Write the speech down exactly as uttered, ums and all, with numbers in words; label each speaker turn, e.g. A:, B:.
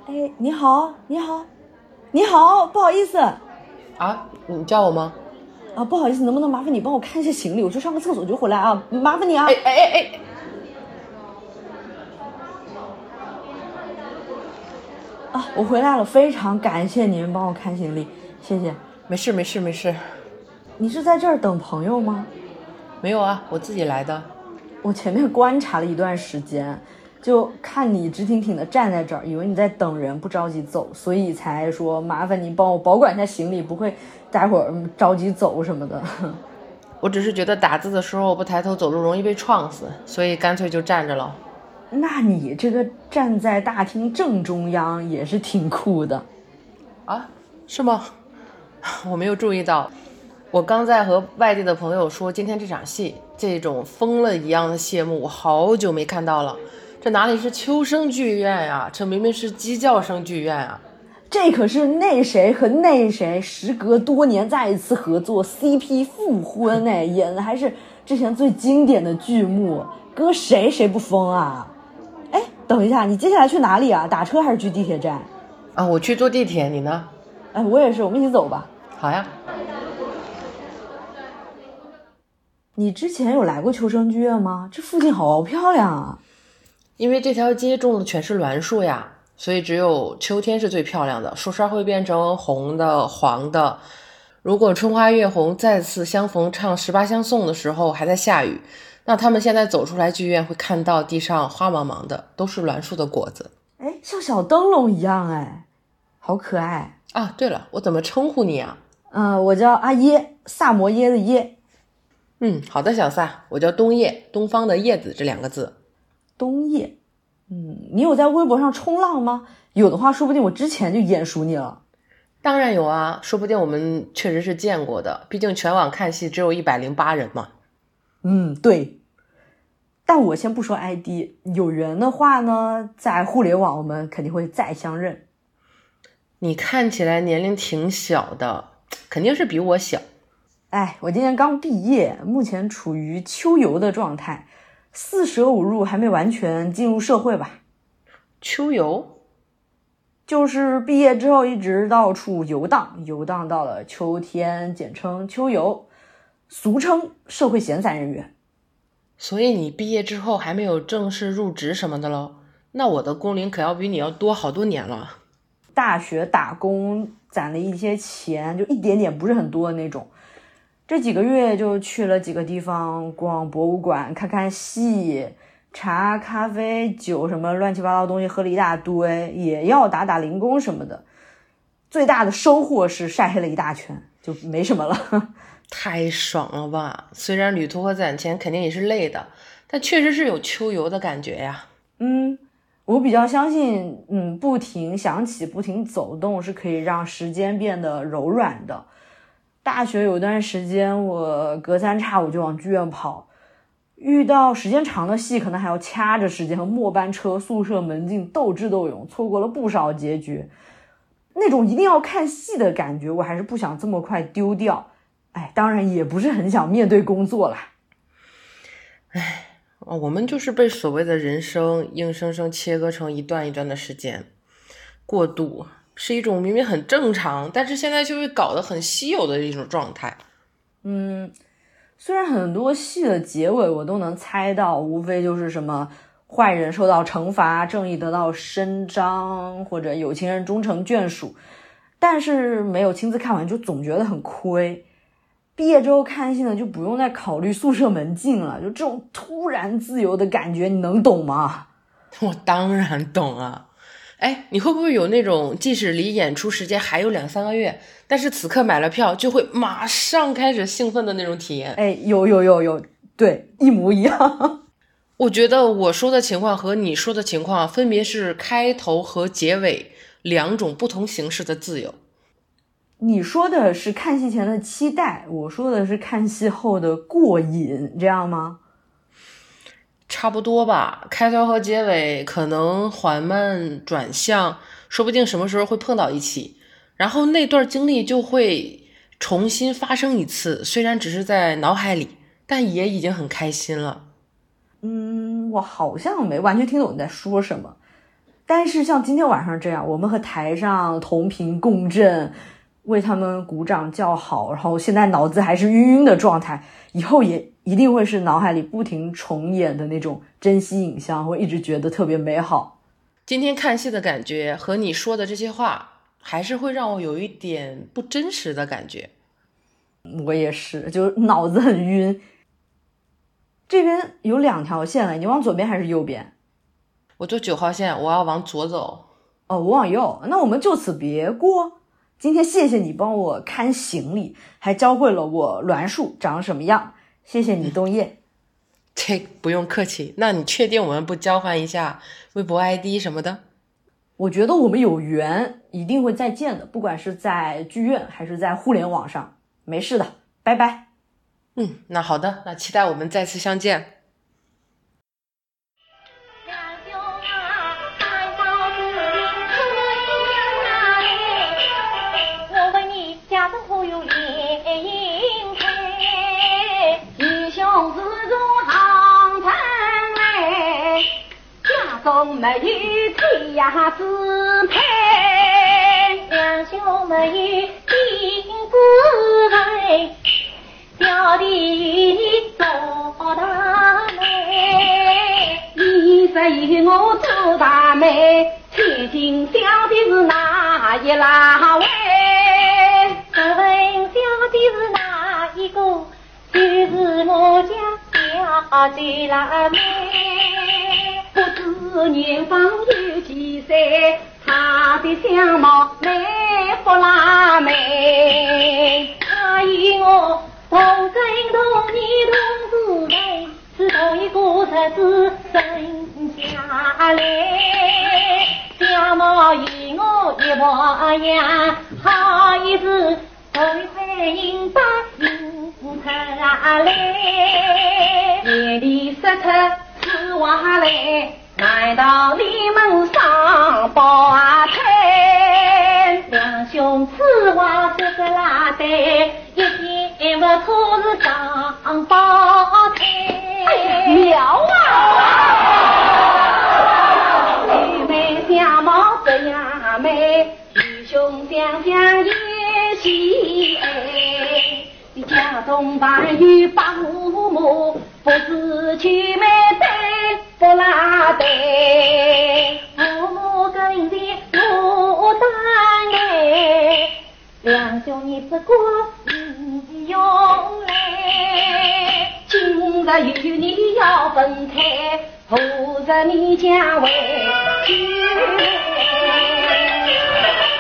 A: 哎，你好，你好，你好，不好意思
B: 啊，你叫我吗？
A: 啊，不好意思，能不能麻烦你帮我看一下行李？我去上个厕所就回来啊，麻烦你啊。
B: 哎哎哎哎，
A: 啊，我回来了，非常感谢您帮我看行李，谢谢。
B: 没事没事没事。
A: 你是在这儿等朋友吗？
B: 没有啊，我自己来的。
A: 我前面观察了一段时间，就看你直挺挺的站在这儿，以为你在等人，不着急走，所以才说麻烦您帮我保管一下行李，不会待会儿着急走什么的。
B: 我只是觉得打字的时候不抬头走路容易被撞死，所以干脆就站着了。
A: 那你这个站在大厅正中央也是挺酷的。
B: 啊，是吗？我没有注意到。我刚在和外地的朋友说，今天这场戏，这种疯了一样的谢幕，我好久没看到了。这哪里是秋生剧院呀、啊？这明明是鸡叫声剧院啊！
A: 这可是那谁和那谁时隔多年再一次合作 C P 复婚哎，演的还是之前最经典的剧目，搁谁谁不疯啊？哎，等一下，你接下来去哪里啊？打车还是去地铁站？
B: 啊，我去坐地铁，你呢？
A: 哎，我也是，我们一起走吧。
B: 好呀。
A: 你之前有来过秋生剧院吗？这附近好漂亮啊！
B: 因为这条街种的全是栾树呀，所以只有秋天是最漂亮的，树梢会变成红的、黄的。如果春花月红再次相逢唱十八相送的时候还在下雨，那他们现在走出来剧院会看到地上花茫茫的，都是栾树的果子。
A: 哎，像小灯笼一样哎，好可爱
B: 啊！对了，我怎么称呼你啊？
A: 嗯、呃，我叫阿耶，萨摩耶的耶。
B: 嗯，好的，小萨，我叫冬叶，东方的叶子这两个字。
A: 冬叶，嗯，你有在微博上冲浪吗？有的话，说不定我之前就眼熟你了。
B: 当然有啊，说不定我们确实是见过的，毕竟全网看戏只有一百零八人嘛。
A: 嗯，对。但我先不说 I D， 有缘的话呢，在互联网我们肯定会再相认。
B: 你看起来年龄挺小的，肯定是比我小。
A: 哎，我今年刚毕业，目前处于秋游的状态，四舍五入还没完全进入社会吧。
B: 秋游？
A: 就是毕业之后一直到处游荡，游荡到了秋天，简称秋游，俗称社会闲散人员。
B: 所以你毕业之后还没有正式入职什么的咯？那我的工龄可要比你要多好多年了。
A: 大学打工攒了一些钱，就一点点，不是很多的那种。这几个月就去了几个地方，逛博物馆，看看戏，茶、咖啡、酒什么乱七八糟的东西喝了一大堆，也要打打零工什么的。最大的收获是晒黑了一大圈，就没什么了。
B: 太爽了吧！虽然旅途和攒钱肯定也是累的，但确实是有秋游的感觉呀。
A: 嗯，我比较相信，嗯，不停想起，不停走动是可以让时间变得柔软的。大学有段时间，我隔三差五就往剧院跑，遇到时间长的戏，可能还要掐着时间和末班车、宿舍门禁斗智斗勇，错过了不少结局。那种一定要看戏的感觉，我还是不想这么快丢掉。哎，当然也不是很想面对工作啦。
B: 哎，我们就是被所谓的人生硬生生切割成一段一段的时间，过渡是一种明明很正常，但是现在就会搞得很稀有的一种状态。
A: 嗯，虽然很多戏的结尾我都能猜到，无非就是什么坏人受到惩罚，正义得到伸张，或者有情人终成眷属，但是没有亲自看完就总觉得很亏。毕业之后看戏呢，就不用再考虑宿舍门禁了，就这种突然自由的感觉，你能懂吗？
B: 我当然懂啊。哎，你会不会有那种即使离演出时间还有两三个月，但是此刻买了票就会马上开始兴奋的那种体验？
A: 哎，有有有有，对，一模一样。
B: 我觉得我说的情况和你说的情况分别是开头和结尾两种不同形式的自由。
A: 你说的是看戏前的期待，我说的是看戏后的过瘾，这样吗？
B: 差不多吧，开头和结尾可能缓慢转向，说不定什么时候会碰到一起，然后那段经历就会重新发生一次，虽然只是在脑海里，但也已经很开心了。
A: 嗯，我好像没完全听懂你在说什么， 但是像今天晚上这样，我们和台上同频共振，为他们鼓掌叫好，然后现在脑子还是晕晕的状态，以后也一定会是脑海里不停重演的那种珍惜影像，会一直觉得特别美好。
B: 今天看戏的感觉和你说的这些话还是会让我有一点不真实的感觉。
A: 我也是，就脑子很晕。这边有两条线了，你往左边还是右边？
B: 我坐九号线，我要往左走。
A: 哦，我往右，那我们就此别过。今天谢谢你帮我看行李，还教会了我栾树长什么样。谢谢你，冬叶。
B: 这不用客气。那你确定我们不交换一下微博 I D 什么的？
A: 我觉得我们有缘，一定会再见的，不管是在剧院还是在互联网上。没事的，拜拜。
B: 嗯，那好的，那期待我们再次相见。
C: 我问你家中可有连营配？弟兄自从行城来，家中没有催呀子配，两兄没有金子配，小弟与你做大妹，你是与我做大妹，千金小弟是哪一拉位？这问小弟是哪一个？就是我家小姐拉妹，不知年方有几岁，她的相貌美不拉美，她与我同根同你同是辈，是同一个侄子生下来，相貌与我一模一样，好意思头一回迎把迎出来，眼里识出此话来，难道你们上报台？两兄此话说个拉对，一点不错是上报台。妙啊！妹妹相貌这样美，弟兄相相也喜爱。你家中伴有八母母，不知去没对不拉对，父母跟的我当哎，两兄你不过你用来，今日与你要分开，后日你将为去。